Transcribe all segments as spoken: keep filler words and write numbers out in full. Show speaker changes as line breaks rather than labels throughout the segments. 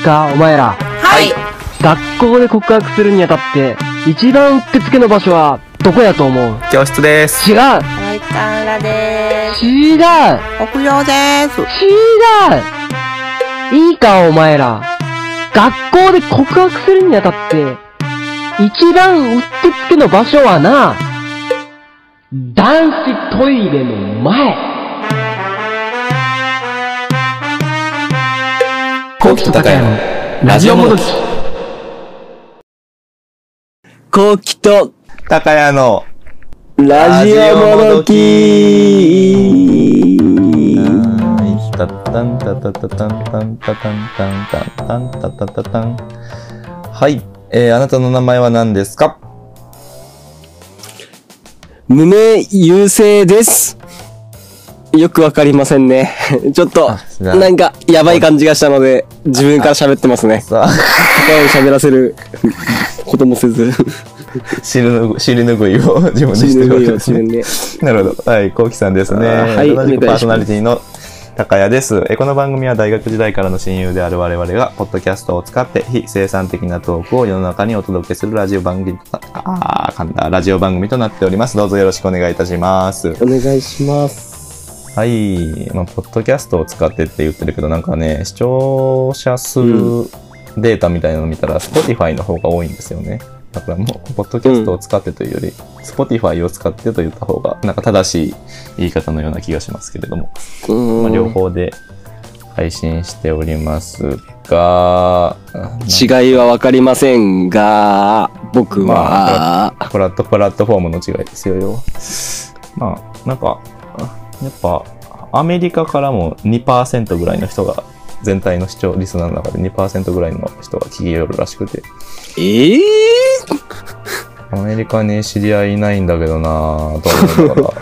かお前ら。
はい。
学校で告白するにあたって一番うってつけの場所はどこやと思う？
教室です。
違う。
はい、カンラでーす。
違う。
屋上でーす。
違う。いいかお前ら。学校で告白するにあたって一番うってつけの場所はな、男子トイレの前。
コウキとタカヤのラジオもどき。
コウキと
タカヤの
ラジオもどき
ー。タッタンタタタタンタンタタンタンタンタンタタタタン。はい、えー、あなたの名前は何ですか？
胸優勢です。よくわかりませんね。ちょっとなんかやばい感じがしたので自分から喋ってますね。
さあ、
喋らせることもせず
尻ぬぐ尻拭いを自分でしてるわけですね。なるほど。はい、コウキさんですね。はい、同じくパーソナリティの高谷です。この番組は大学時代からの親友である我々がポッドキャストを使って非生産的なトークを世の中にお届けするラジオ番組とな、あー、噛んだラジオ番組となっております。どうぞよろしくお願いいたします。
お願いします。
はい、まあ、ポッドキャストを使ってって言ってるけど、なんかね、視聴者数データみたいなのを見たら、Spotify の方が多いんですよね。だからもう、ポッドキャストを使ってというより、うん、Spotify を使ってと言った方が、なんか正しい言い方のような気がしますけれども、まあ、両方で配信しておりますが、
違いはわかりませんが、僕は、
まあ、プラットプラットフォームの違いですよよ。まあ、なんか、やっぱ、アメリカからも にパーセント ぐらいの人が、全体の視聴リスナーの中で にパーセント ぐらいの人が聞きよるらしくて。
えぇ、ー、
アメリカに知り合いいないんだけどなぁ、と思うから。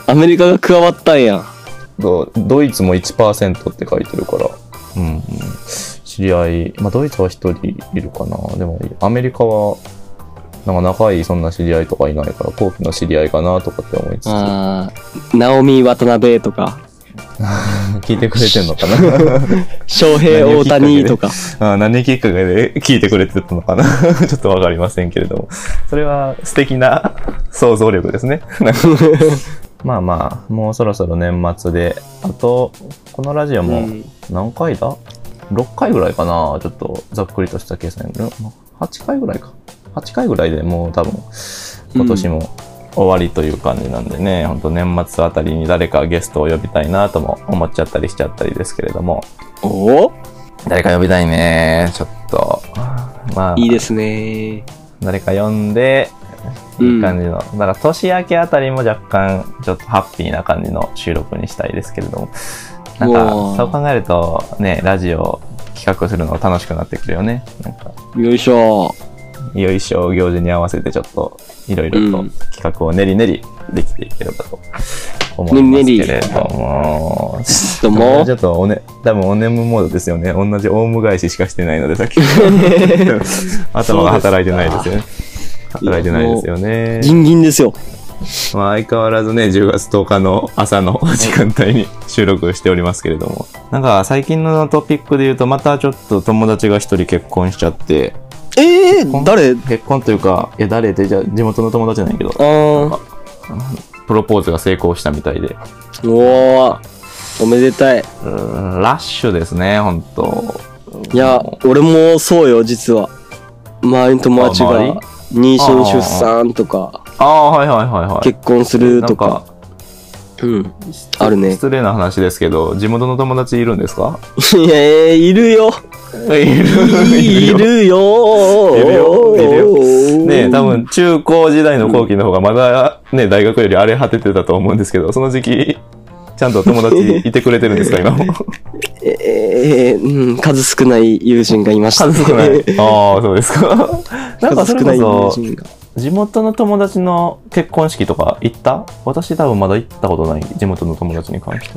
アメリカが加わったんや。
ドイツも いちパーセント って書いてるから。うん、うん。知り合い、まあドイツはひとりいるかな。でも、アメリカは、なんか仲いいそんな知り合いとかいないから、後期の知り合いかなとかって思いつつ。
ああ、ナオミ渡辺とか。
聞いてくれてんのかな。
翔平大谷とか。
あ、何きっかけで聞いてくれてたのかな。ちょっとわかりませんけれども。それは素敵な想像力ですね。まあまあ、もうそろそろ年末で、あと、このラジオも何回だ、うん、ろっかいぐらいかな。ちょっとざっくりとした計算。はちかいぐらいか。はちかいぐらいでもう多分今年も終わりという感じなんでね、うん、ほんと年末あたりに誰かゲストを呼びたいなとも思っちゃったりしちゃったりですけれども。
おお、
誰か呼びたいね。ちょっと。まあ。
いいですね。
誰か呼んで、いい感じの。うん、だから年明けあたりも若干ちょっとハッピーな感じの収録にしたいですけれども。なんか、そう考えるとね、ラジオ企画するの楽しくなってくるよね。なんか
よいしょ。
よいしょ行事に合わせてちょっといろいろと企画を練り練りできていければと思いますけれども、ちょっともうちょっとおね、多分お眠モードですよね。同じオウム返ししかしてないのでさっき頭が働いてないですよね。働いてないですよね。
ギンギンですよ。
まあ相変わらずね、じゅうがつとおかの朝の時間帯に収録しておりますけれども、なんか最近のトピックで言うとまたちょっと友達が一人結婚しちゃって。
ええー、誰？
結婚というか、いや誰ってじゃ地元の友達なんやけど、
あ
プロポーズが成功したみたいで。
おー、おめでたい。
ラッシュですね、ほんと。
いや、俺もそうよ、実は。周りの友達が妊娠出産とか、
ああ、はいはいはいはい。
結婚するとか。うん。あるね。
失礼な話ですけど、地元の友達いるんですか？
いや、いるよ。
いるい
るよ。
いるよ。いるよ。ねえ、多分中高時代の後期の方がまだね、大学より荒れ果ててたと思うんですけど、その時期、ちゃんと友達いてくれてるんですか、今も。
えー、うん、数少ない友人がいました。
数少ない。ああ、そうですか。なんかそれこそ、地元の友達の結婚式とか行った？私多分まだ行ったことない、地元の友達に関して。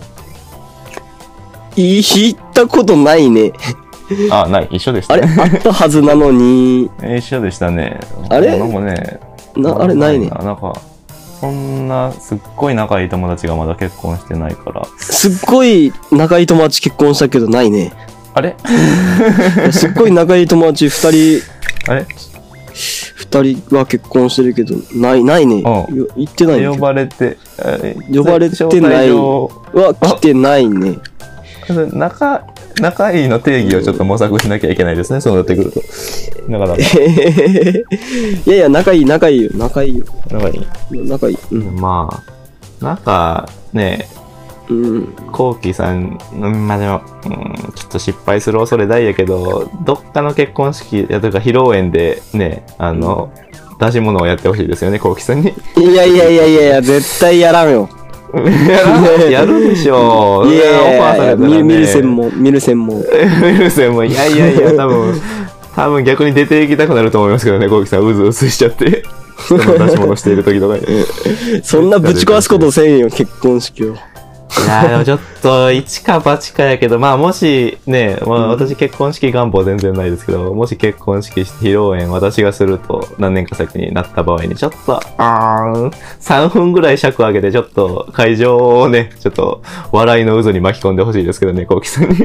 行ったことないね。
あ、ない。一緒でした
ね。あれあったはずなのに。
一緒でしたね。
あれ
なんかね。
な、あれないね。
なんか、そんな、すっごい仲いい友達がまだ結婚してないから。
すっごい仲いい友達結婚したけどないね。
あれ
すっごい仲いい友達二人、
あれ
二人は結婚してるけど、ない、ないね。
うん
よ言ってないね。
呼ばれて、え
呼ばれてないは来てないね。
仲、仲いいの定義をちょっと模索しなきゃいけないですね、そうなってくると。だから、
いやいや、仲いい、仲いいよ。仲いいよ。
仲いい。
仲いい。うん。
まあ、なんか、ね、
うん。
コウキさん、うんまあでも、うん、ちょっと失敗する恐れ大やけど、どっかの結婚式やとか披露宴でね、あの、出し物をやってほしいですよね、コウキさんに。
いやいやいやいやいや、絶対やらんよ。
やるでしょ。
いやいやい
オファーされたらね
や、見る専門、見る専門。
見る専門。いやいやいや、多分、多分逆に出ていきたくなると思いますけどね、コウキさん、うずうずしちゃって。人の出し物している時とかに。
そんなぶち壊すことせんよ、結婚式を。
いやーでもちょっと、一か八かやけど、まあもしね、まあ私結婚式願望全然ないですけど、もし結婚式して披露宴私がすると何年か先になった場合に、ちょっと、あーん、さんぷんぐらい尺上げて、ちょっと会場をね、ちょっと笑いの渦に巻き込んでほしいですけどね、コウキさんに。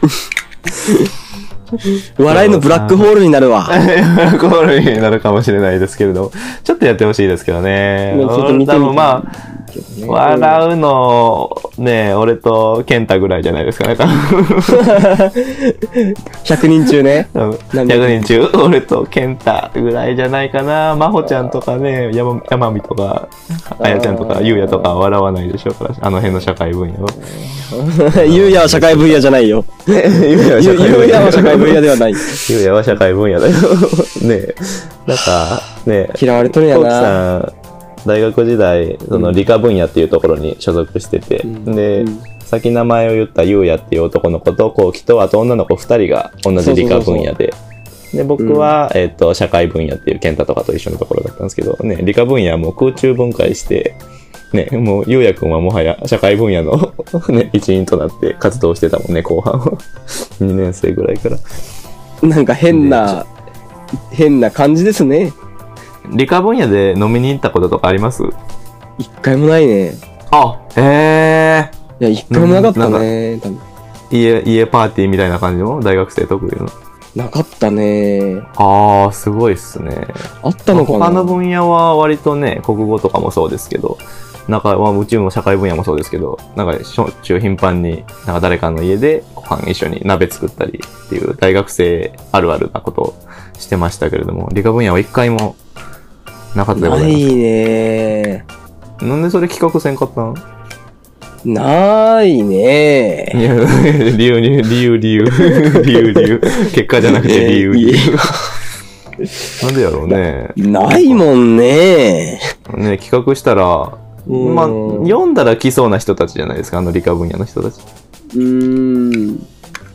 笑いのブラックホールになるわ。
ブラックホールになるかもしれないですけれども、ちょっとやってほしいですけどね。
ちょっと見てみて
多分まあ、笑うの、ね、俺と健太ぐらいじゃないですかね、多分。
ひゃくにん中ね。
ひゃくにん中、俺と健太ぐらいじゃないかな。真帆ちゃんとかね、山山美とか、あやちゃんとか、ゆうやとかは笑わないでしょうから、あの辺の社会分野は。
ゆうやは社会分野じゃないよ。ゆうやは社会分野ではない。
ゆうやは社会分野だよ。ねえ。なんか、ねえ。
嫌われとるやな。
コウキさん、大学時代、その理科分野っていうところに所属してて、うん、で、うん、さっき名前を言ったゆうやっていう男の子とコウキと、あと女の子ふたりが同じ理科分野で、で、僕は、うん、えっと、社会分野っていう健太とかと一緒のところだったんですけど、ね、理科分野はもう空中分解して、ね、もう、ゆうやくんはもはや社会分野のね、一員となって活動してたもんね、後半は。にねん生ぐらいから。
なんか変な、変な感じですね。
理科分野で飲みに行ったこととかあります？
一回もないね。
あ、へ
え。いや、一回もなかったね。多分
家、家パーティーみたいな感じの大学生特有の。
なかったね。
ああ、すごいっすね。
あったのかな。
他の分野は割とね、国語とかもそうですけど、なんか、まあ、宇宙も社会分野もそうですけど、なんか、しょっちゅう頻繁に、なんか誰かの家でご飯一緒に鍋作ったりっていう大学生あるあるなことをしてましたけれども、理科分野は一回もなかったでございます。
ないね
ー。なんでそれ企画せんかったん？
ないね
ー。いや、理由、理由、理由、理由、理由、理由。結果じゃなくて理由、理由。なんでやろうね。
ないもんね。
ね、企画したら、まあ、読んだら来そうな人たちじゃないですか、あの理科分野の人たち。
うーん。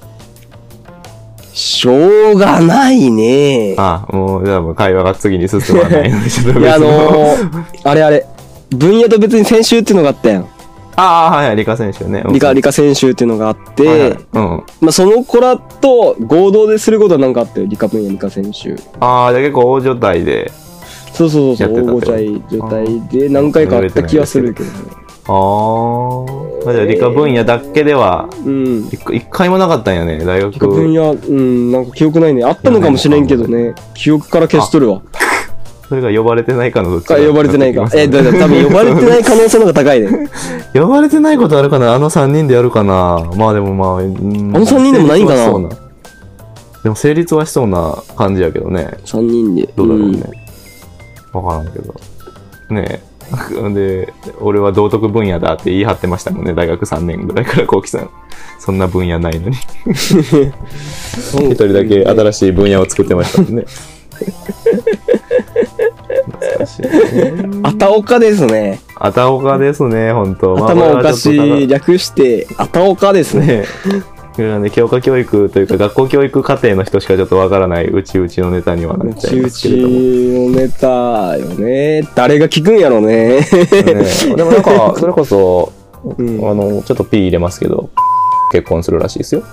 しょうがないね。
ああ、もう、じゃあもう会話が次に進まないので、ちょっと別の。
いや、あのー、あれあれ、分野と別に専修っていうのがあったやん。
ああ、はいはい、理科専修ね。
理科、理科専修っていうのがあって、はいはい、うん。まあ、その子らと合同ですることはなんかあったよ、理科分野、理科専修。
ああ、じゃあ結構大所帯で。
そうそうそう、大ごちゃい状態で何回かあった気がするけどね。
ああ。じゃあ理科分野だけでは、うん。一回もなかったんやね、大学。
理科分野、うん、なんか記憶ないね。あったのかもしれんけどね。記憶から消しとるわ。
それが呼ばれてないかのどっちか。
呼ばれてないか。え、だ多分呼ばれてない可能性の方が高いね。
呼ばれてないことあるかな、あのさんにんでやるかな。まあでもまあ、うん、
あのさんにんでもないんかな。
でも成立はしそうな感じやけどね。
さんにんで。
どうだろうね。わ、うん、からんけど。ねえ。で、俺は道徳分野だって言い張ってましたもんね。大学さんねんぐらいから、コウキさん。そんな分野ないのに。一人だけ新しい分野を作ってましたもんね。懐かしい、ね。
あたおかですね。
あたおかですね、ほんと。
頭おかしい、略して、あたおかですね。
ね、教科教育というか学校教育課程の人しかちょっとわからないうちうちのネタにはなっちゃいますけれども。うちうちの
ネタよね。誰が聞くんやろね。ね
でもなんか、それこそ、うん、あの、ちょっと P 入れますけど、結婚するらしいですよ。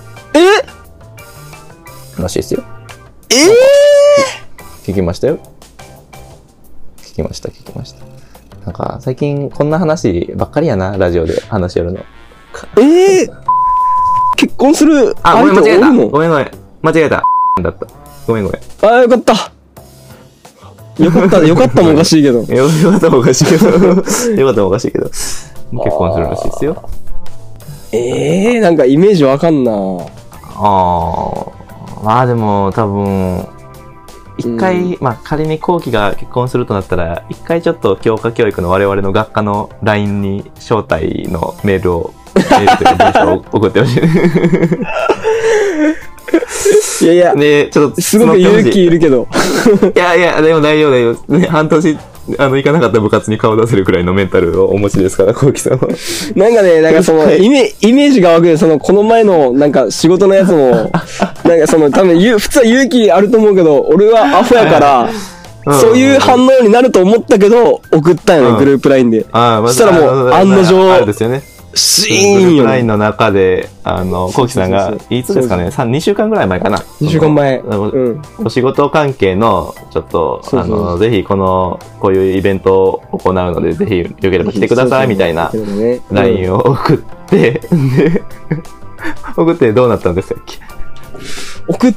え
らしいですよ。
え
ー、聞きましたよ。聞きました、聞きました。なんか、最近こんな話ばっかりやな、ラジオで話やるの。
えー結婚する
あ、ごめん、間違えた。
相手おるの？
ごめんごめん。間違えた。だった。ごめんごめん。
あー、よかった。よかった、よかったもおかしいけど。
よかったもおかしいけど。よかったもおかしいけど。結婚するらしいですよ。
ええー、なんかイメージわかんな。
ああ。まあでも、多分、一回、うん、まあ仮に後期が結婚するとなったら、一回ちょっと教科教育の我々の学科の ライン に招待のメールを、メールというか文章を送ってほしい。
いやいや、
ね、ちょっと
すごく勇気いるけど。
いやいや、でも大丈夫だよ。ね、半年、あの、行かなかった部活に顔出せるくらいのメンタルをお持ちですから、コウキさんは。
なんかね、なんかその、イメイメージが湧くよ。その、この前の、なんか仕事のやつも、なんかその、多分、普通は勇気あると思うけど、俺はアホやから、そういう反応になると思ったけど、送ったよね、うん、グループラインで。ああ、ま、そしたらもう、案の定、
あれですよね。
シーンよ。
ラインの中で、あの、コウキさんが、いつですかね、にしゅうかんぐらい前かな。
にしゅうかんまえ。うん。
お仕事関係の、ちょっと、あの、ぜひこの、こういうイベントを行うので、ぜひよければ来てください、みたいな、ラインを送って、で、送ってどうなったんでしたっけ？
送って、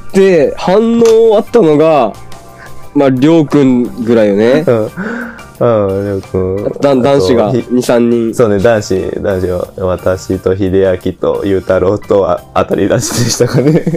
反応あったのが、まあ、りょうくんぐらいよね。うん。
うん、りょうくん。
男子がに、さんにん。
そうね、男子、男子は、私と秀明とゆうたろうとあ当たり出しでしたかね。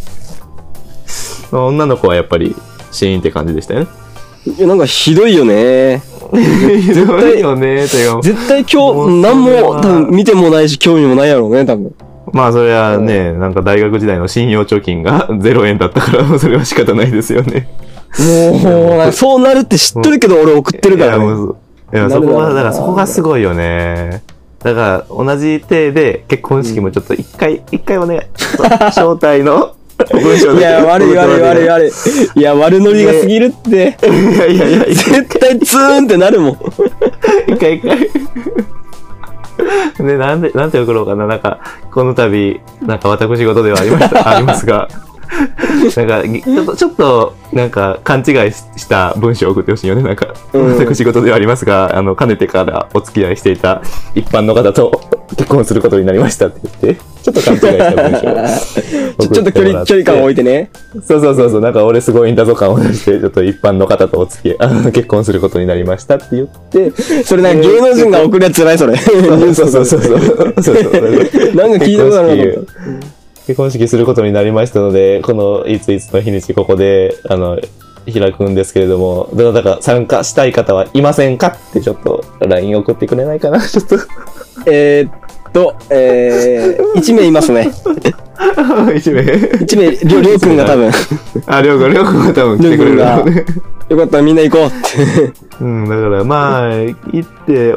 女の子はやっぱり、シーンって感じでしたよね。
いや、なんかひどいよね。
ひどいよね、というか。
絶対今日、何も、多分見てもないし、興味もないやろうね、多分。
まあ、それはね、なんか大学時代の信用貯金がゼロえんだったから、それは仕方ないですよね。
もう、そうなるって知っとるけど、俺送ってるからね。
いや、そこは、だからそこがすごいよね。だから、同じ体で結婚式もちょっと一回、一回お願い。招待の文章で。
いや、悪い悪い悪い悪い。いや、悪ノリが過ぎるって。
いやいやいや、
絶対ツーンってなるもん。
一回一回。で、なんで、なんて送ろうかな。なんか、この度、なんか私事ではありました、ありますが、なんか、ちょっと、ちょっと、なんか、勘違いした文章を送ってほしいよね。なんか、うん、私事ではありますが、あの、かねてからお付き合いしていた一般の方と結婚することになりましたって言って、ちょっと勘違いした文章を
ちょっと距離、距離感を置いてね。
そうそうそうそう、なんか俺すごいんだぞ感を出して、ちょっと一般の方とお付き合い、あの、結婚することになりましたって言って、
それなんか芸能人が送るやつじゃないそれ。
そうそうそうそう。そうそうなんか
聞いたことあるのか
結婚式することになりましたので、このいついつの日にちここで、あの、開くんですけれども、どなたか参加したい方はいませんかってちょっと ライン 送ってくれないかなちょっと。
えーっと、えー、いち名いますね。
いち名 ?いち
名、りょう、りょうくんが多分。
あ、りょうくん、りょうくんが多分来てくれるだろうね。
よかったらみんな行こうって。
うん、だからまあ、行って、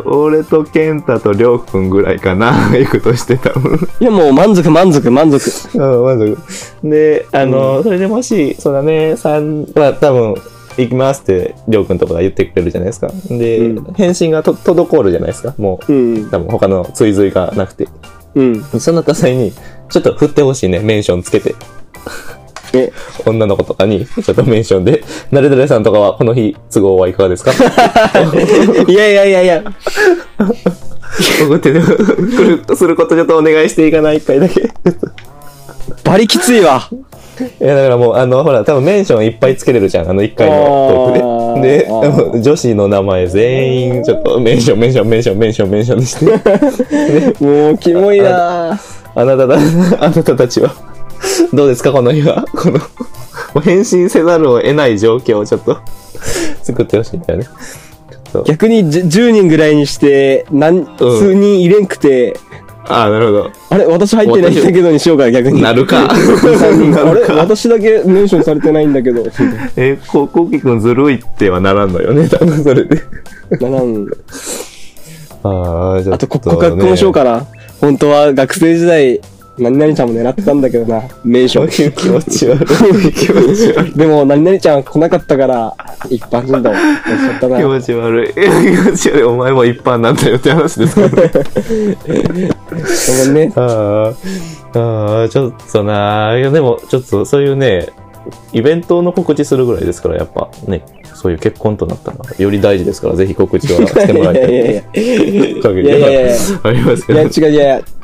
俺と健太とりょうくんぐらいかな、行くとして多分。
いやもう満足満足満足。
うん、満足。で、あの、うん、それでもし、そうだね、さんは多分、行きますって、りょうくんとかが言ってくれるじゃないですか。で、うん、返信がと滞るじゃないですか。もう、うん、多分他の追随がなくて。うん。その際に、ちょっと振ってほしいね、メンションつけて。え女の子とかに、ちょっとメンションで、誰々さんとかはこの日都合はいかがですか
いやいやいやいや。
送って、来る、することちょっとお願いしていかない、一回だけ。
バリきついわ。
いや、だからもう、あの、ほら、多分メンションいっぱいつけれるじゃん、あの一回のトークで。で、女子の名前全員、ちょっとメンション、メンション、メンション、メンション、メンションにして。
もう、キモいなぁ。
あなたた、あなたたちは。どうですかこの日は。この、もう返信せざるを得ない状況をちょっと作ってほしいんだよね。
逆にじゅうにんぐらいにして、何、数人入れんくて、
うん、ああ、なるほど。
あれ私入ってないんだけどにしようか、逆に。
なるか。
さんにんあれ私だけメンションされてないんだけど。
え、こ、こうきくんずるいってはならんのよね、多分それで。
ならん。
ああ、じゃあ、ね。
あと告白もしようかな。本当は学生時代、何々ちゃんも狙ってたんだけどな、メンション。
気持ち悪い。気持ち悪い。
でも、何々ちゃん来なかったから、一般人だもん。おっしゃったな。
気持ち悪い。気持ち悪い。お前も一般なんだよって話ですからね。
ごめんね。
ああ、ああ、ちょっとな。いや、でも、ちょっとそういうね、イベントの告知するぐらいですから、やっぱね、そういう結婚となったら、より大事ですから、ぜひ告知はしてもらいたい。
いやいやいや。いやいやいや。
ありますけど。
いや、違う、いやいや。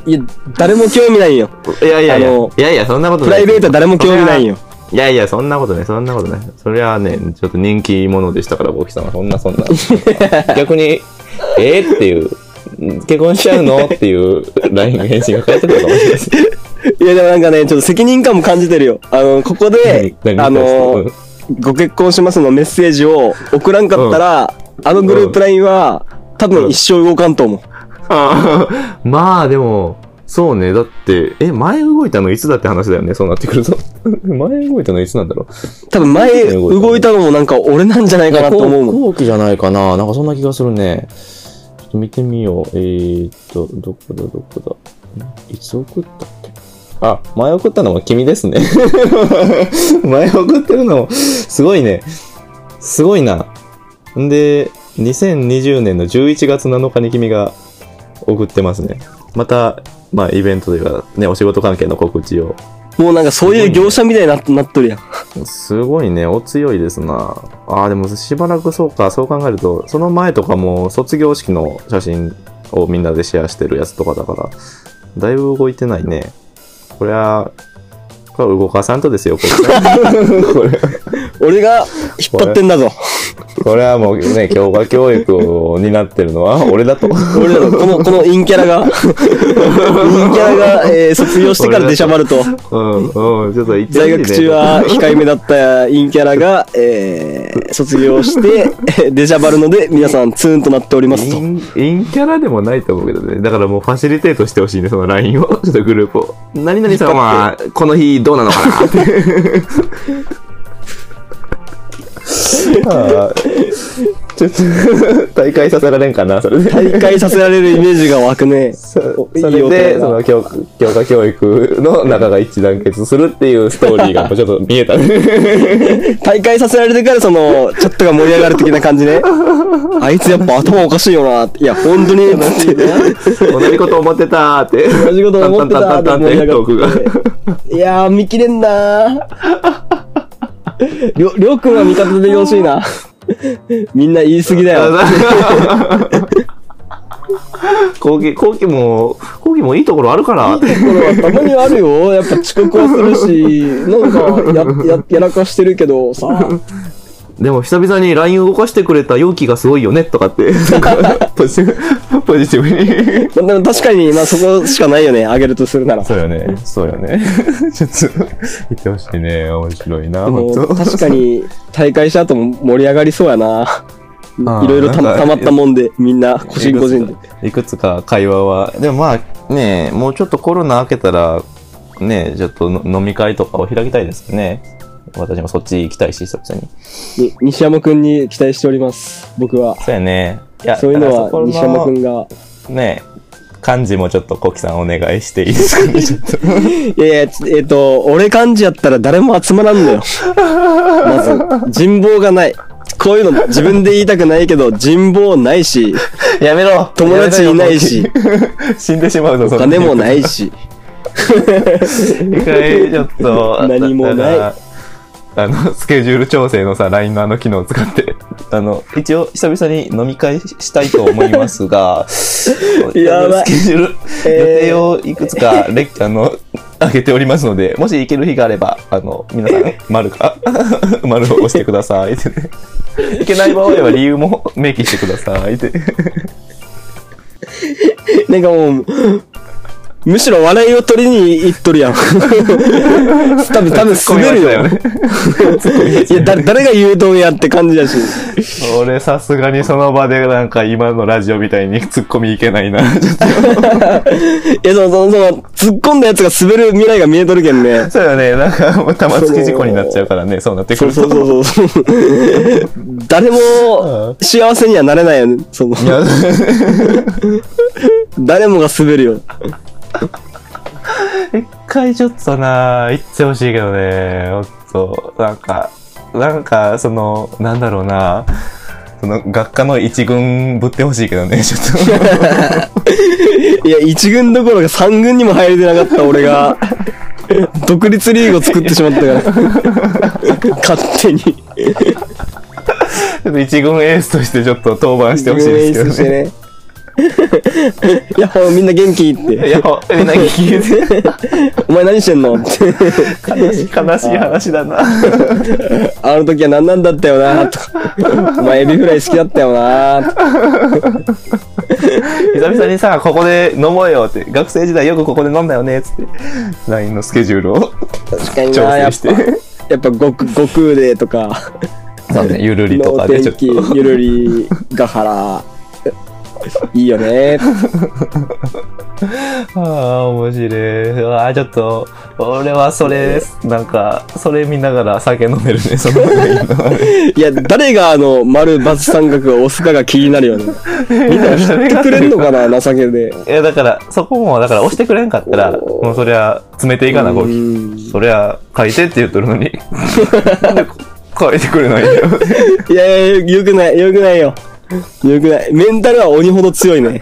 いや、誰も興味ないよ。
いやいやいや、
あの
いやいや、そんなこと
プ
ない。
ライベートは誰も興味ないよ。
いやいや、そんなことない、そんなことない。それはね、ちょっと人気者でしたから、ボキさんは。そんなそんな。逆に、えー、っていう、結婚しちゃうのっていう ライン 返信が返ってくるかもしれないです。
いや、でもなんかね、ちょっと責任感も感じてるよ。あの、ここで、
何
あの
何、
ご結婚しますのメッセージを送らんかったら、あのグループラインは、多分一生動かんと思う。
あーまあでも、そうね。だって、え、前動いたのいつだって話だよね。そうなってくると。前動いたのいつなんだろう。
多分前動いたのもなんか俺なんじゃないかなと思うもん。
後期じゃないかな。なんかそんな気がするね。ちょっと見てみよう。えーっと、どこだどこだ。いつ送ったっけ。あ、前送ったのも君ですね。前送ってるのも、すごいね。すごいな。んで、にせんにじゅうねんのじゅういちがつなのかに君が送ってますね。また、まあ、イベントというか、ね、お仕事関係の告知を。
もうなんかそういう業者みたいになっなっとるやん。
すごいね、お強いですな。ああ、でもしばらくそうか、そう考えると、その前とかも卒業式の写真をみんなでシェアしてるやつとかだから、だいぶ動いてないね。これは、これは動かさんとですよ、これ。これ
俺が引っ張ってんだぞ。
これはもうね、強化教育を担ってるのは俺だと。
俺だと、この、この陰キャラが、陰キャラが、えー、卒業してから出しゃばると。
うん、うん、ちょっと一
大学中は控えめだった陰キャラが、えー、卒業して、出しゃばるので、皆さんツーンとなっておりますと。
陰陰キャラでもないと思うけどね。だからもうファシリテートしてほしいね、その ライン を。ちょっとグループを。何々さんは、この日どうなのかなって。あちょっと大会させられんかな、それで。
大会させられるイメージが湧くね。
そそれで、その強化、強化教育の中が一致団結するっていうストーリーがちょっと見えたね。
大会させられてからその、ちょっとが盛り上がる的な感じね。あいつやっぱ頭おかしいよな。いや、本当に、
同じこと思ってたーって。
同じこと思ってたーって盛り上
トークが。
がって。いやー、見切れんなー。りょ、りょうくんは味方でよろしいな。みんな言い過ぎだよ。
後期、後期も、後期もいいところあるから。
いいところはたまにあるよ。やっぱ遅刻はするし、なんか、や、や、やらかしてるけどさ。
でも久々に ライン 動かしてくれた容器がすごいよねとかって、なんかポジティブ、ポジティブに。
まあ、でも確かに、まあそこしかないよね。あげるとするなら。
そうよね。そうよね。ちょっと、言ってほしいね。面白いな、
でも
本当。
確かに、大会した後も盛り上がりそうやな。
あー
いろいろた
なんか
たまったもんで、みんな、個人個人で。
いくつか会話は。でもまあ、ねもうちょっとコロナ明けたら、ねちょっとの飲み会とかを開きたいですね。私もそっち行きたいし、そっちに。
に西山くんに期待しております。僕は。
そうやね。いや
そういうのは
だからそこ
西山くんが。
ね漢字もちょっとコキさんお願いしていいですかね、ちょっと。
いやいや、えっと、俺漢字やったら誰も集まらんのよ。まず、人望がない。こういうの自分で言いたくないけど、人望ないし、
やめろ
友達いないし、
死んでしまうぞ、
お金もないし。
一回ちょっと、
何もない
だあの、スケジュール調整のさ、ライン のあの機能を使って、あの、一応久々に飲み会したいと思いますが、
やばい
スケジュール、予定をいくつかレあの、上げておりますので、もし行ける日があれば、あの、皆さん、丸か、丸を押してくださいってね。行けない場合は理由も明記してくださいって。
なんかもう、むしろ笑いを取りに行っとるやん。多分、多分滑るよ。
ね、
いや、だ、誰が言うとんやって感じだし。
俺さすがにその場でなんか今のラジオみたいに突っ込みいけないな。ちょっと
いや、その、その、その、突っ込んだやつが滑る未来が見えとるけんね。
そうよね。なんかもう玉突き事故になっちゃうからね。そうなってくると。
そうそうそうそう。誰も幸せにはなれないよね。その。誰もが滑るよ。
一回ちょっとな、言ってほしいけどね。ほんと、なんか、なんか、その、なんだろうな。その、学科の一軍ぶってほしいけどね、ちょっ
と。いや、一軍どころか三軍にも入れてなかった俺が、独立リーグを作ってしまったから。勝手に。ち
ょっと一軍エースとしてちょっと登板してほしいですけどね。
いや、ほらみんな元気って。
いや、みんな聞いて。
お前何してんのって。
悲しい、悲しい話だな。
あの時は何なんだったよなとか。お前エビフライ好きだったよなとか。
久々にさ、ここで飲もうよって、学生時代よくここで飲んだよねっつって、ライン のスケジュールを
確かに
調
な、やっぱ。
整して。
やっぱ悟悟空でとか。
そうね、ゆるりとかでちょっ
能天気、ゆるり、ガハラ。いいよね。
と。ああ、面白い。ああ、ちょっと、俺はそれ、なんか、それ見ながら酒飲めるね、そのラインの。
いや、誰があの、丸×三角を押すかが気になるよね。みんな押してくれんのかな、情けで。
いや、だから、そこも、だから押してくれんかったら、
おー
もうそりゃ、詰めていかな、こ
う
う。
ん
そりゃ、書いてって言っとるのに。なんで書いてくれないんだよ。
いやいや、よくない、よくないよ。よくない。メンタルは鬼ほど強いね。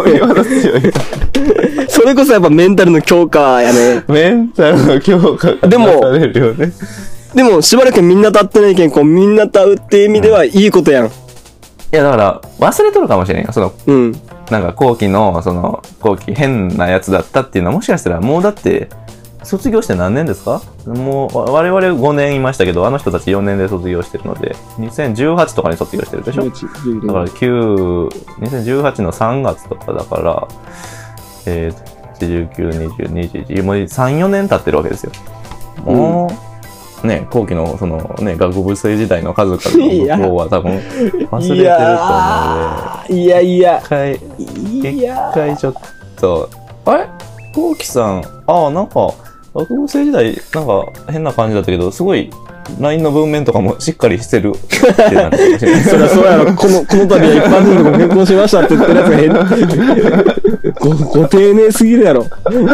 それこそやっぱメンタルの強化やね。
メンタルの強化が
でも
されるよね。
でも、しばらくみんなと会ってないけん、こう、みんなと会うっていう意味ではいいことやん。
いや、だから、忘れとるかもしれんよ。その、
うん。
なんか後期の、その、後期変なやつだったっていうのは、もしかしたらもうだって、卒業して何年ですか？もう、わ我々ごねんいましたけど、あの人たちよねんで卒業してるので、にせんじゅうはちとかに卒業してるでしょ？だからきゅう、にせんじゅうはちのさんがつとかだから、えー、じゅうきゅう、にじゅう、にじゅういち、もうさん、よねん経ってるわけですよ。もう、ね、後期のそのね、学部生時代の数々の向こうは多分忘れてると思うので、
いやいやいや
一。回、一
いや
回ちょっと、あれ後期さん、ああ、なんか、学部生時代、なんか変な感じだったけど、すごい、ライン の文面とかもしっかりしてるってなったかもしれない。
そりゃそうやろ。この、この度は一般人とご結婚しましたって言ってるやつが変。ご、ご丁寧すぎるやろ。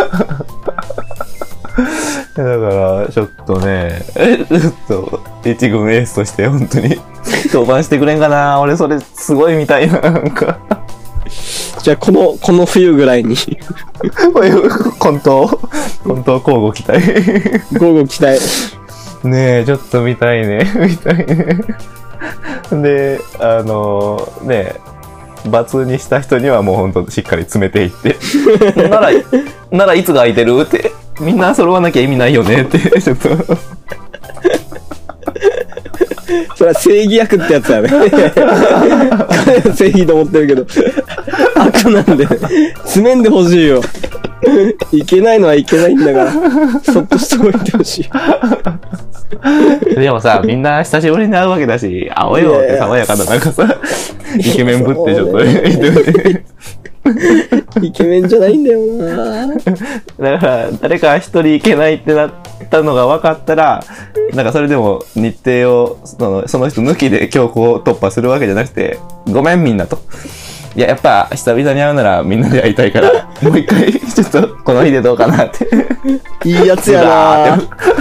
だから、ちょっとね、ちょっと、一軍エースとして本当に、登板してくれんかな。俺それすごいみたいな、なんか。
じゃあ、この、この冬ぐらいに、
本当本当交互期待。
午後期待。
ねえ、ちょっと見たいね。見たいね。で、あのねえ、罰にした人にはもうほんとしっかり詰めていって。なら、ならいつが空いてるって。みんな揃わなきゃ意味ないよねって、ちょっと。
それは正義役ってやつやね。正義と思ってるけど、悪なんで、詰めんでほしいよ。いけないのはいけないんだから、そっとしておいてほしい。
でもさ、みんな久しぶりに会うわけだし、会おうよって爽やかななんかさ、イケメンぶってちょっと言ってみて。
イケメンじゃないんだよな。
だから、誰か一人行けないってなったのが分かったら、なんかそれでも日程を、その、その人抜きで強行突破するわけじゃなくて、ごめんみんなと。いや、やっぱ久々に会うならみんなで会いたいから、もう一回、ちょっとこの日でどうかなって。
いいやつやな。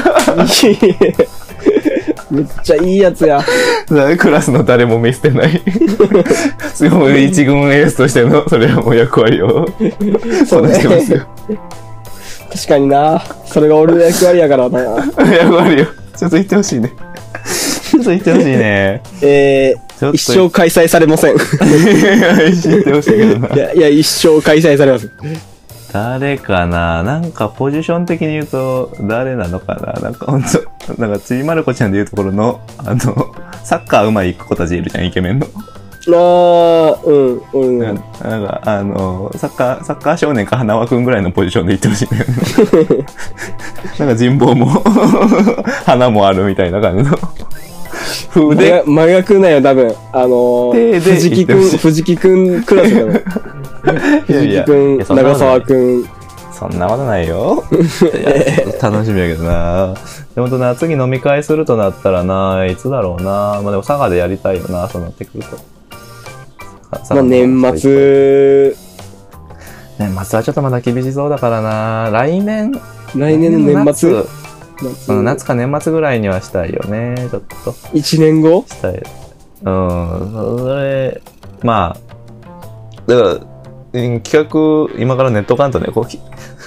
めっちゃいいやつや。
クラスの誰も見捨てない。すごい一軍エースとしての、それはもう役割を、
そうね
してますよ。
確かにな。それが俺の役割やからな。
役割を。ちょっと言ってほしいね。ちょっと言ってほしいね。
えー、
ちょっと
一生開催されません。い
言ってほしいけどな。
や、いや、一生開催されます。
誰かな、なんかポジション的に言うと誰なのかな、なんかほんと、なんかちびまる子ちゃんで言うところの、あの、サッカー上手い子たちいるじゃん、イケメンの。
あー、うん、うん。
なんか、あの、サッカー、サッカー少年か花輪くんぐらいのポジションで言ってほしいんだよね。なんか人望も、花もあるみたいな感じの。風で。
真逆なんよ、多分。あのー、
手で
藤木くん、
言ってほしい
藤木くんクラスだね。藤木くん、
いやそんなことない
長澤くん。
そんなことないよ。いや楽しみやけどな。でもとな、次飲み会するとなったらな、いつだろうな。まあでも佐賀でやりたいよな、そうなってくると。
まあ、年末、
年末はちょっとまだ厳しそうだからな。来年、
来年の年末
夏うん、夏か年末ぐらいにはしたいよね、ちょっと。
一年後
したい。うん、それ、まあ、だから、うん企画、今からネットカントね、後期。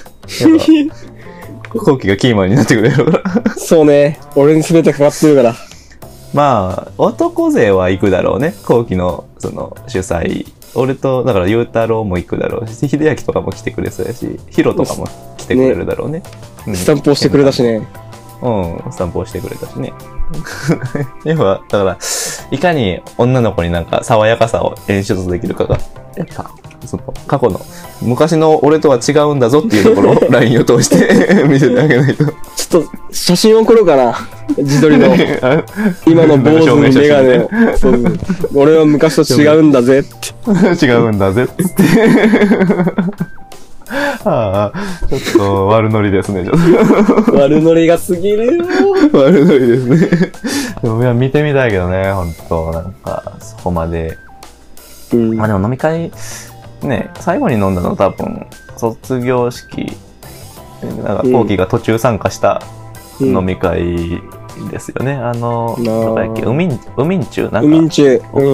後期がキーマンになってくれるから。
そうね。俺に全てかかってるから。
まあ、男勢は行くだろうね。後期のその主催、俺と、だからゆうたろうも行くだろうし、秀明とかも来てくれそうやし、ヒロとかも来てくれるだろうね。うん、
スタンプをしてくれたしね。
うん、スタンプをしてくれたしね。やっぱ、だから、いかに女の子になんか爽やかさを演出できるかが、やっぱ、その、過去の、昔の俺とは違うんだぞっていうところを ライン を通して見せてあげないと。
ちょっと、写真送ろうかな。自撮りの。今の坊主のメガネを。そうそう俺は昔と違うんだぜって。
違うんだぜっつって。ああ、ちょっと悪ノリですね、ちょっと。
悪ノリが過ぎるよ。
悪ノリですね。でもいや見てみたいけどね、ほんと。なんか、そこまで。
うん、
まあでも飲み会、ね、最後に飲んだの多分、卒業式、なんか、後期が途中参加した飲み会ですよね。うん、あの、
うん、
どこだっけ、ウミン、ウミンチュなんか。
ウミンチュ、うん。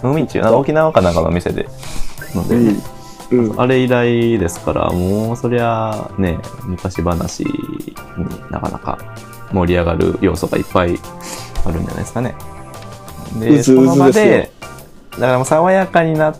ウミンチュ、なんか沖縄かなんかの店で飲んで、ね。うんうん、あれ以来ですから、もうそりゃね、昔話になかなか盛り上がる要素がいっぱいあるんじゃないですかね。で、
うずうず
その場で、だからもう爽やかになって、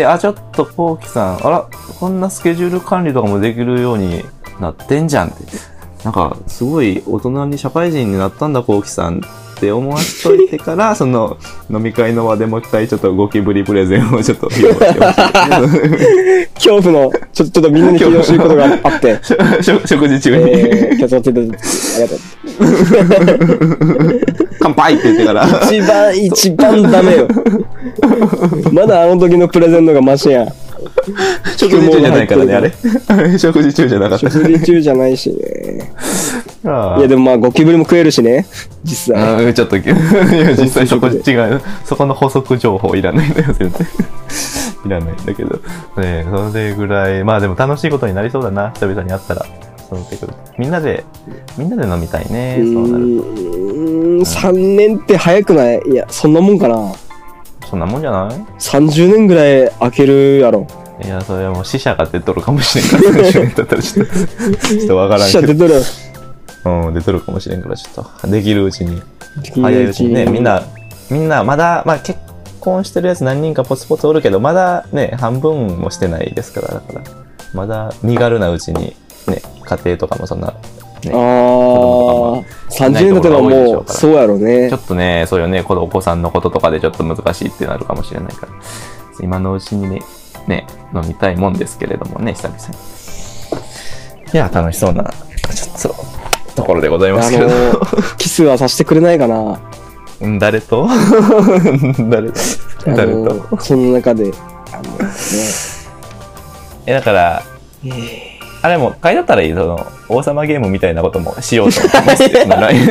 あ、ちょっとコウキさん、あら、こんなスケジュール管理とかもできるようになってんじゃんって。なんか、すごい大人に社会人になったんだ、コウキさんって思わしといてから、その飲み会の場でもう一回ちょっとゴキブリプレゼンをちょっと披露してほしい。
恐怖の、ちょっとちょっとみんなに披露していることがあって。
食事中に。
えー、キャストありがとう。
乾杯って言ってから。
一番、一番ダメよ。まだあの時のプレゼンのがマシやん。
食事中じゃないからね、あれ。食事中じゃなかった。
食事中じゃないしね。
ああ
いやでもまあゴキブリも食えるしね、実際。
あちょっと、いや実際そこ違う。そこの補足情報いらないんだよ、全然。いらないんだけど。ねそれぐらい、まあでも楽しいことになりそうだな、久々に会ったら。そうなってくる。みんなで、みんなで飲みたいね、そうなると。
うーん、さんねんって早くない？いや、そんなもんかな。
そんなもんじゃない？
さんじゅう 年ぐらい空けるやろ。
いや、それはもう死者が出とるかもしれんから、さんじゅうねんだったらちょっと、ちょっとわからんけど。
死者出とる。
うん、出とるかもしれんから、ちょっと、できるうちに、早いうちにね、みんな、みんな、まだ、まあ結婚してるやつ何人かポツポツおるけど、まだね、半分もしてないですから、だから、まだ身軽なうちに、ね、家庭とかもそんな、ね、
ああ、さんじゅうねんだったらもう、そうやろね。
ちょっとね、そうよね、お子さんのこととかでちょっと難しいってなるかもしれないから、今のうちにね、ね、飲みたいもんですけれどもね、久々に。いや、楽しそうな、ちょっと、ところでございますけど。あの
ー、キスはさせてくれないかな。
誰と誰と誰と、
あのー、その中で。あのね、
え、だから、えー、あれも書いてあったらいい、その、王様ゲームみたいなこともしようと思ってますってなら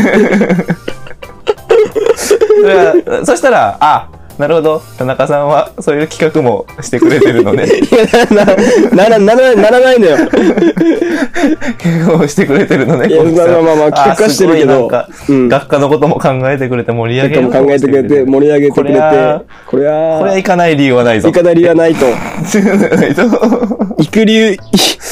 そしたら、あ、なるほど。田中さんはそういう企画もしてくれてるのね。い
や、な、な、な、な、ならないのよ。
企画をしてくれてるのね。
いや、まあまあまあ、企画はしてるけど。
うん、学科のことも考えてくれて盛り上げて
くれて。考えてくれて、盛り上げてくれて。これは、
これは行かない理由はないぞ。
行かない理由はないと。
ないと。
行く理由、い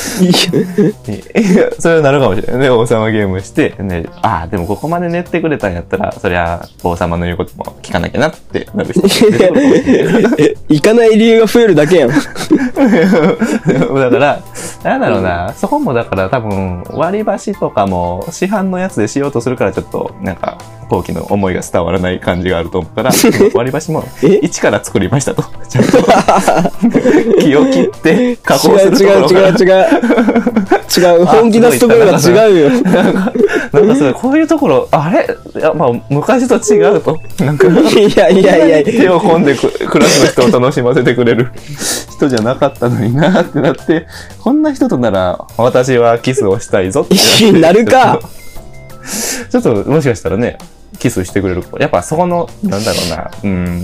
や、それはなるかもしれないね。王様ゲームして、ね、ああ、でもここまで練ってくれたんやったら、そりゃ、王様の言うことも聞かなきゃなってなる人。
行かない理由が増えるだけやん。だ
から、なんだろうな、うん、そこもだから多分、割り箸とかも市販のやつでしようとするからちょっと、なんか、後期の思いが伝わらない感じがあると思うから、割り箸も一から作りましたと。ちゃんと。木を切って加工するところから。違う違う違う違う。違う。本気出すところが違うよ。なんか、なんかそれ、こういうところ、あれいや、まあ、昔と違うと。なんか、
いやいやいや
手を込んでクラスの人を楽しませてくれる人じゃなかったのになってなって、こんな人となら私はキスをしたいぞって
なるか。
ちょっともしかしたらね、キスしてくれる。やっぱそこの、なんだろうな、うん、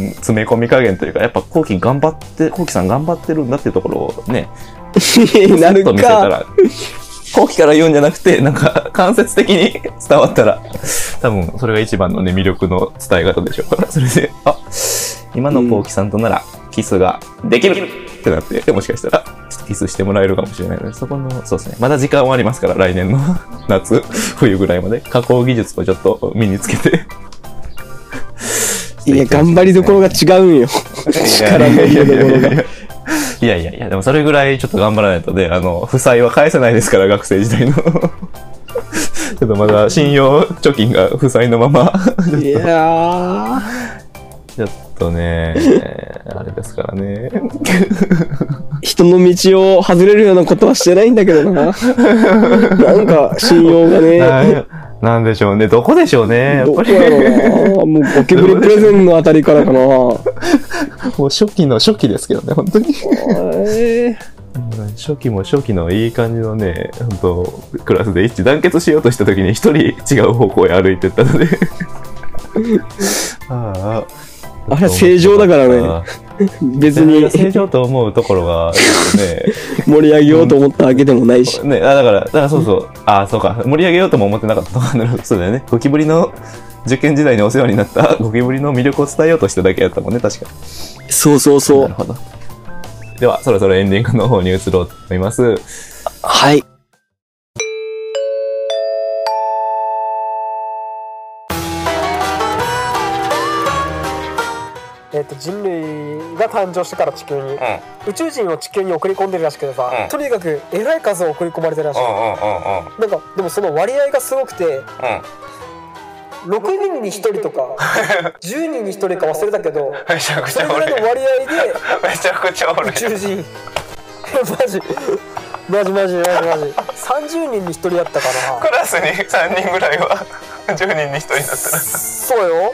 詰め込み加減というか、やっぱコウキ頑張って、コウキさん頑張ってるんだっていうところをね、
なるか。
見せたら、後期から言うんじゃなくて、なんか間接的に伝わったら、多分それが一番のね、魅力の伝え方でしょうから、それで、あ、今の後期さんとならキスができるってなって、もしかしたら、ちょっとキスしてもらえるかもしれないので、そこの、そうですね、まだ時間はありますから、来年の夏、冬ぐらいまで、加工技術をちょっと身につけて。
いや、頑張りどころが違うんよ。 力の入れどころが。
いやいやいや、でもそれぐらいちょっと頑張らないとね、あの、負債は返せないですから、学生時代の。ちょっとまだ信用貯金が負債のまま。
いやー。
ちょっとね、あれですからね。
人の道を外れるようなことはしてないんだけどな。なんか、信用がね。
なんでしょうね。どこでしょうね。やっぱり。
どこやろうな。もうゴキブリプレゼンのあたりからかな。も
う初期の初期ですけどね、本当に。
えー、
初期も初期のいい感じのね、本当クラスで一致団結しようとした時に一人違う方向へ歩いてったので。ああ。
あれは正常だからね。別に。
正常と思うところが、ね、
盛り上げようと思ったわけでもないし。
ね、あ、だから、だからそうそう。ああ、そうか。盛り上げようとも思ってなかった。そうだよね。ゴキブリの受験時代にお世話になったゴキブリの魅力を伝えようとしただけやったもんね、確か。
そうそうそう。
なるほど。では、そろそろエンディングの方に移ろうと思います。
はい。
えー、と人類が誕生してから地球に、うん、宇宙人を地球に送り込んでるらしくてさ、うん、とにかくえらい数を送り込まれてるらしい、うんうんうんうん、なんかでもその割合がすごくて、うん、ろくにんにひとりとかじゅうにんにひとりか忘れたけど
めちゃくちゃおる、
それぐらいの割合で
めちゃくちゃおる
宇宙人マジマジマジマジマジさんじゅうにんにひとりやったかな。
クラスにさんにんぐらいはじゅうにんにひとりだったら
そうよ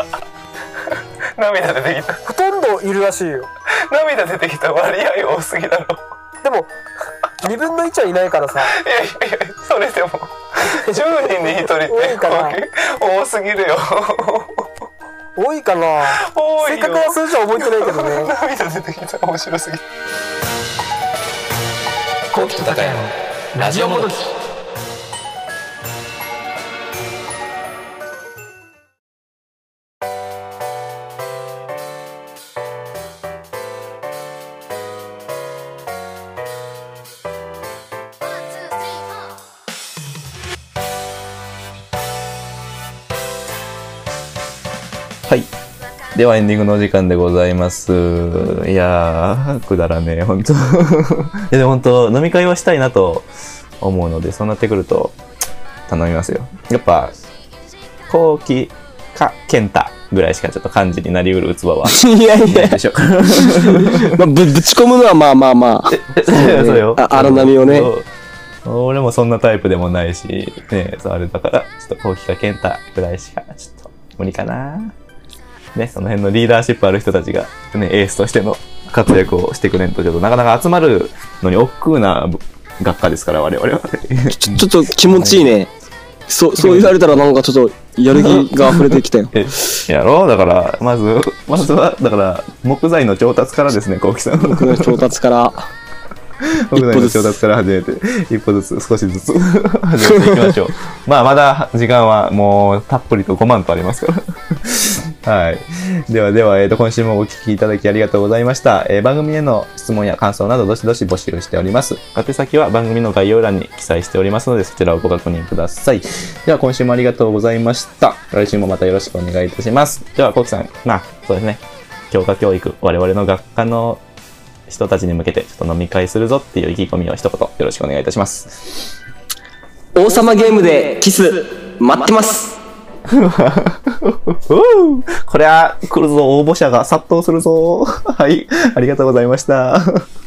涙出てきた。
ほとんどいるらしいよ。
涙出てきた。割合多すぎだろ。
でもにぶんのいちはいないからさ。い
やいやいや、それでもじゅうにんにひとりって
多いかな。
多すぎるよ。
多いかな。正確な数字は覚えてないけどね。
涙出てきた。面白すぎる。
コウキとタカヤのラジオもどき。
はい。ではエンディングのお時間でございます。いやー、くだらねえ、ほんと。いやでもほんと、飲み会はしたいなと思うので、そうなってくると、頼みますよ。やっぱ、コウキかケンタぐらいしかちょっと漢字になりうる器は。
いやいや。
でしょ。
まあ、ぶ、ぶち込むのはまあまあまあ。
そうよ。
あ、荒波をね。
俺もそんなタイプでもないし、ね、そうあれだから、ちょっとコウキかケンタぐらいしか、ちょっと無理かな。ね、その辺のリーダーシップある人たちが、ね、エースとしての活躍をしてくれんと、ちょっとなかなか集まるのに億劫な学科ですから、我々は。
ちょ、ちょっと気持ちいいね。そう、そう言われたらなんかちょっとやる気が溢れてきたよ。
え、やろうだから、まず、まずは、だから、木材の調達からですね、コウキさん。
木材の調達から。
木材の調達から始めて、一歩ずつ、少しずつ始めていきましょう。まあ、まだ時間はもうたっぷりとごまんとありますから。はい。ではでは、えっと、今週もお聞きいただきありがとうございました。えー、番組への質問や感想などどしどし募集しております。宛先は番組の概要欄に記載しておりますので、そちらをご確認ください。では、今週もありがとうございました。来週もまたよろしくお願いいたします。では、コウキさん、まあ、そうですね。教科教育、我々の学科の人たちに向けて、ちょっと飲み会するぞっていう意気込みを一言よろしくお願いいたします。
王様ゲームでキス、待ってます。
これは来るぞ、応募者が殺到するぞ。はい、ありがとうございました。